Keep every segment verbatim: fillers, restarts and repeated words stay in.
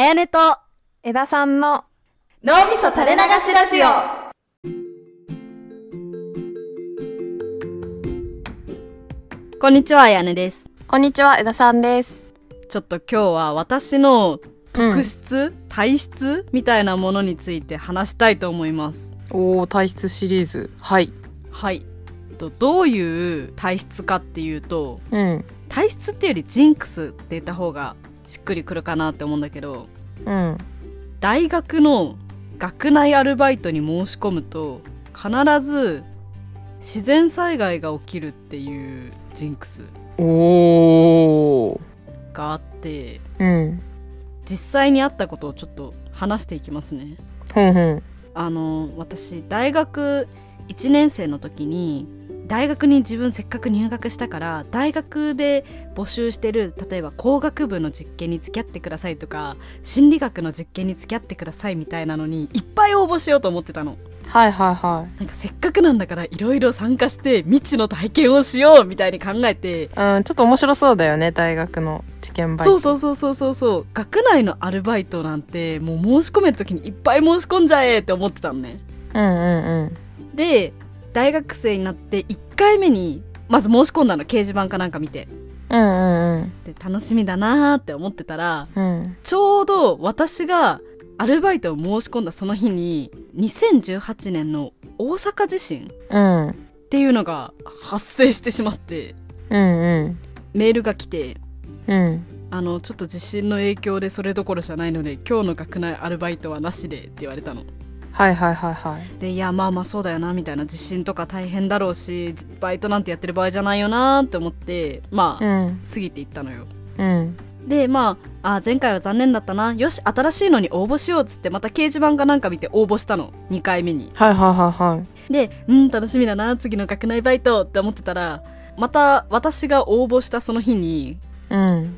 やねと枝さんの脳みそ垂れ流しラジオ。こんにちは、あやねです。 こんにちは、枝さんです。 ちょっと今日は私の特質、うん、体質みたいなものについて話したいと思います。 おー、体質シリーズ。はいはいとどういう体質かっていうと、 うん、 体質っていうよりジンクスって言った方がしっくりくるかなって思うんだけど、 うん、 大学の学内アルバイトに申し込むと必ず自然災害が起きるっていうジンクスおーがあって、 うん、 実際にあったことをちょっと話していきますね。 ふんふん。 あの私大学いちねん生の時に大学に自分せっかく入学したから大学で募集してる、例えば工学部の実験に付き合ってくださいとか心理学の実験に付き合ってくださいみたいなのにいっぱい応募しようと思ってたの。 はいはいはい。 なんかせっかくなんだからいろいろ参加して未知の体験をしようみたいに考えて、 うん、ちょっと面白そうだよね、大学の知見バイト。 そうそうそうそうそう、学内のアルバイトなんてもう申し込める時にいっぱい申し込んじゃえって思ってたのね。 うんうんうん。 で大学生になっていっかいめにまず申し込んだの、掲示板かなんか見て、 うんうんうん、 で楽しみだなーって思ってたら、 うん、 ちょうど私がアルバイトを申し込んだその日ににせんじゅうはちねんの大阪地震っていうのが発生してしまって、 うんうん、 メールが来て、 うん、 あのちょっと地震の影響でそれどころじゃないので今日の学内アルバイトはなしでって言われたの。 はいはいはいはい。 でいやまあまあそうだよなみたいな、地震とか大変だろうしバイトなんてやってる場合じゃないよなって思ってまあ、うん、過ぎていったのよ。 うん、でまあ、あ前回は残念だったな、よし新しいのに応募しようっつってまた掲示板かなんか見て応募したの、にかいめに。 はいはいはいはい。 でうん楽しみだな次の学内バイトって思ってたら、また私が応募したその日に、 うん、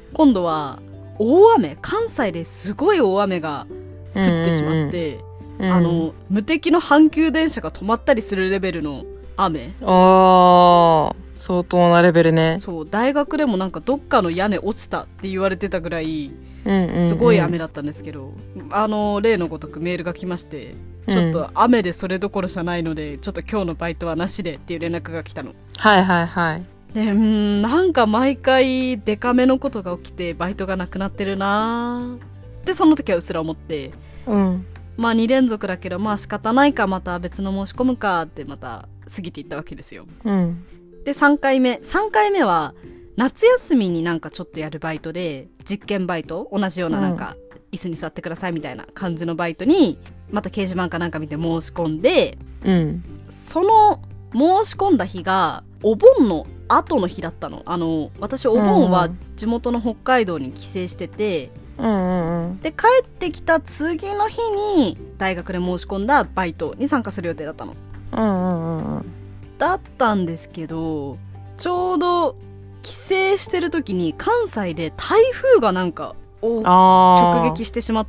今度は大雨、関西ですごい大雨が降ってしまって、うんうんうん、あの無敵の阪急電車が止まったりするレベルの雨。 あー相当なレベルね。 そう大学でもなんかどっかの屋根落ちたって言われてたぐらいうんうんうん、 すごい雨だったんですけど、あの例のごとくメールが来まして、ちょっと雨でそれどころじゃないので、うん、ちょっと今日のバイトはなしでっていう連絡が来たの。 はいはいはい。 でうんなんか毎回デカめのことが起きてバイトがなくなってるなってその時はうっすら思って、 うん、 まあに連続だけどまあ仕方ないか、また別の申し込むかってまた過ぎていったわけですよ。 うん、 でさんかいめさんかいめは夏休みになんかちょっとやるバイトで、実験バイト、同じようななんか、椅子に座ってくださいみたいな感じのバイトにまた掲示板かなんか見て申し込んで、 うん、 その申し込んだ日がお盆の後の日だったの。あの私お盆は地元の北海道に帰省してて、 うんうんうん、 で帰ってきた次の日に大学で申し込んだバイトに参加する予定だったの、 うんうんうん、 だったんですけど、ちょうど帰省してる時に関西で台風がなんかを直撃してしまって、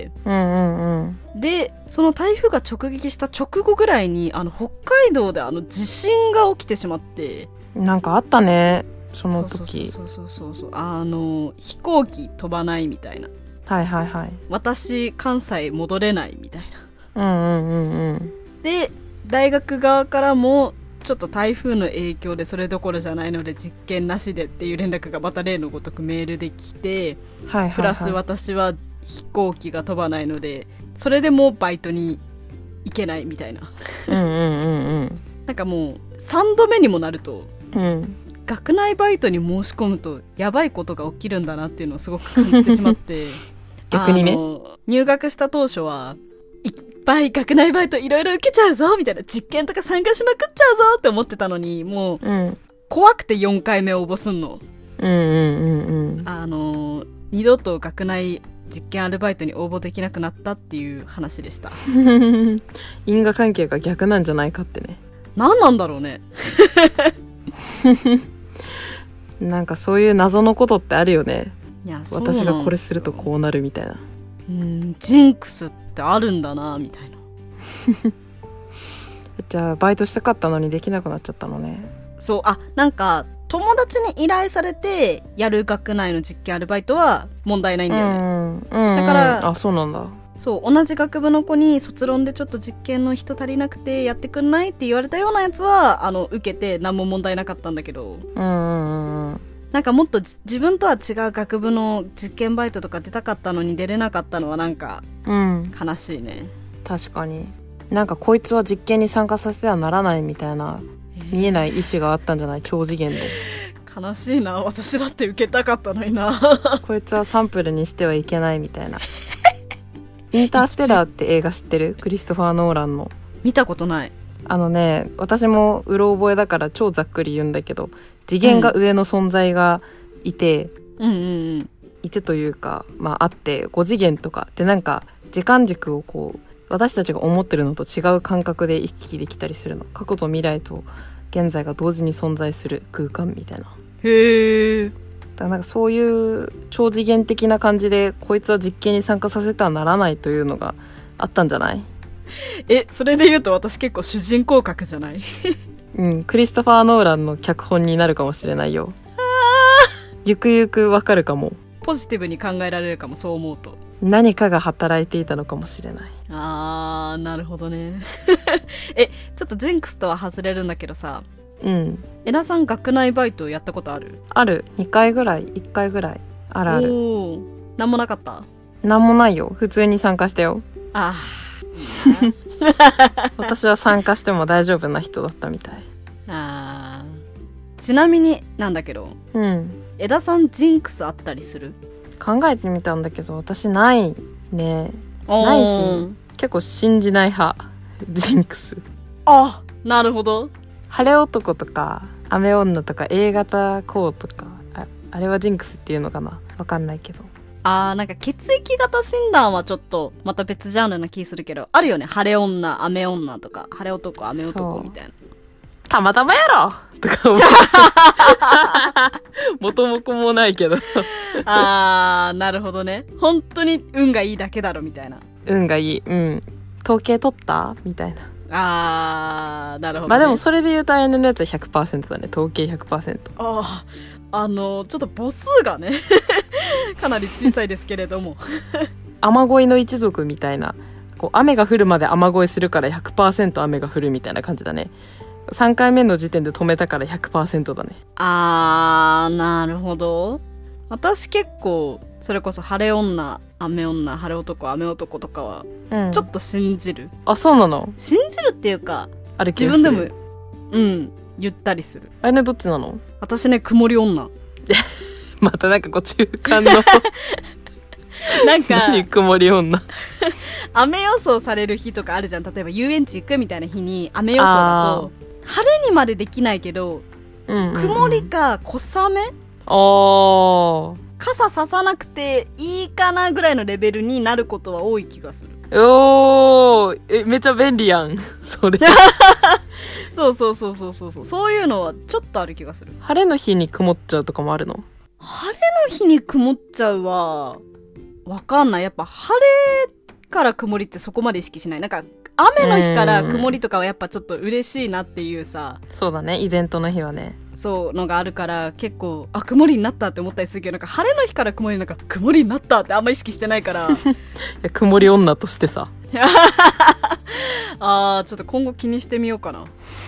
うんうんうん、 でその台風が直撃した直後ぐらいにあの北海道であの地震が起きてしまって、 なんかあったねその時。 そうそうそうそうそう、あの飛行機飛ばないみたいな、 はいはいはい、 私関西戻れないみたいな、うんうんうんうん、 で大学側からもちょっと台風の影響でそれどころじゃないので実験なしでっていう連絡がまた例のごとくメールで来て、 はいはいはい、 プラス私は飛行機が飛ばないのでそれでもバイトに行けないみたいなうんうんうんうん、 なんかもうさんどめにもなると、 うん、 学内バイトに申し込むとやばいことが起きるんだなっていうのをすごく感じてしまって逆にね、 あの入学した当初はいっぱい学内バイトいろいろ受けちゃうぞみたいな、実験とか参加しまくっちゃうぞって思ってたのに、もう、うん、怖くてよんかいめ応募すんの、 うんうんうんうん、 あの二度と学内実験アルバイトに応募できなくなったっていう話でした因果関係が逆なんじゃないかってね。 何なんだろうねなんかそういう謎のことってあるよね。 いやそうなんですよ、 私がこれするとこうなるみたいな。 うん、ジンクスってあるんだなみたいなじゃあバイトしたかったのにできなくなっちゃったのね。 そう、あなんか友達に依頼されてやる学内の実験アルバイトは問題ないんだよね、 うんうん、 だからあ、そうなんだ。 そう同じ学部の子に卒論でちょっと実験の人足りなくてやってくんないって言われたようなやつはあの受けて何も問題なかったんだけど、 うんうんうん、 なんかもっと自分とは違う学部の実験バイトとか出たかったのに出れなかったのはなんか悲しいね、 うん、確かになんかこいつは実験に参加させてはならないみたいな見えない意思があったんじゃない？超次元の。 悲しいな、私だって受けたかったのになこいつはサンプルにしてはいけないみたいなインターステラーって映画知ってる？クリストファー・ノーランの。 見たことない。 あのね、私もうろ覚えだから超ざっくり言うんだけど、次元が上の存在がいて、 うんうんうん、 いてというか、まああってご次元とかでなんか時間軸をこう私たちが思ってるのと違う感覚で行き来できたりするの。過去と未来と現在が同時に存在する空間みたいな。 へー。 だからなんかそういう超次元的な感じでこいつは実験に参加させてはならないというのがあったんじゃない？ え、それで言うと私結構主人公格じゃないうん、クリストファー・ノーランの脚本になるかもしれないよ。ゆくゆくわかるかも。 ポジティブに考えられるかも、そう思うと。 何かが働いていたのかもしれない。 あー、なるほどねえ、ちょっとジンクスとは外れるんだけどさ、 うん。 えなさん学内バイトやったことある？ ある。にかいぐらい、いっかいぐらい。あるある。 おー、なんもなかった？ なんもないよ。普通に参加したよ。 あー、いいな私は参加しても大丈夫な人だったみたい。 あー、ちなみになんだけど、 うん。 江田さんジンクスあったりする？ 考えてみたんだけど私ないね。ないし結構信じない派。ジンクス。 あ、なるほど。 晴れ男とか雨女とか A 型こうとか あ, あれはジンクスっていうのかな、わかんないけど。 あー、なんか血液型診断はちょっとまた別ジャンルな気するけど、あるよね。晴れ女雨女とか晴れ男雨男みたいな。 たまたまやろとか思って元も子もないけどあー、なるほどね。本当に運がいいだけだろみたいな。 運がいい。うん。統計取ったみたいな。 あー、なるほど、ね。 まあでもそれで言うとあやねのやつは ひゃくパーセント だね。統計 ひゃくパーセント。 あー、あのちょっと母数がねかなり小さいですけれども雨乞いの一族みたいな、こう雨が降るまで雨乞いするから ひゃくパーセント 雨が降るみたいな感じだね。さんかいめの時点で止めたから ひゃくパーセント だね。 あー、なるほど。私結構それこそ晴れ女雨女晴れ男雨男とかはちょっと信じる、うん、 あ、そうなの？ 信じるっていうか、 あれ自分でもうん言ったりする。 あれね、どっちなの？ 私ね、曇り女またなんかこう中間のなんか何曇り女雨予想される日とかあるじゃん。例えば遊園地行くみたいな日に雨予想だと晴れにまでできないけど、うんうんうん、曇りか小雨、あ傘ささなくていいかなぐらいのレベルになることは多い気がする。 おー、え、めっちゃ便利やんそれそうそうそうそうそうそう、そういうのはちょっとある気がする。 晴れの日に曇っちゃうとかもあるの？ 晴れの日に曇っちゃうはわかんない。やっぱ晴れから曇りってそこまで意識しない。なんか雨の日から曇りとかはやっぱちょっと嬉しいなっていうさ、 そうだね、イベントの日はね、 そうのがあるから結構あ曇りになったって思ったりするけど、なんか晴れの日から曇りなんか曇りになったってあんま意識してないからいや曇り女としてさあー、ちょっと今後気にしてみようかな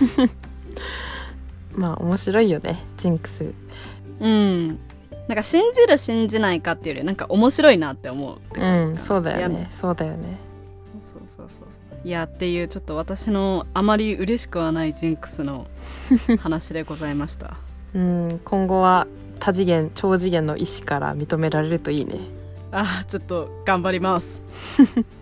まあ面白いよねジンクス。 うん、なんか信じる信じないかっていうよりなんか面白いなって思うって感じかな。 うん、そうだよね、そうだよね。 そうそうそうそう、いやっていうちょっと私のあまり嬉しくはないジンクスの話でございましたうん、今後は多次元超次元の意志から認められるといいね。 あー、ちょっと頑張ります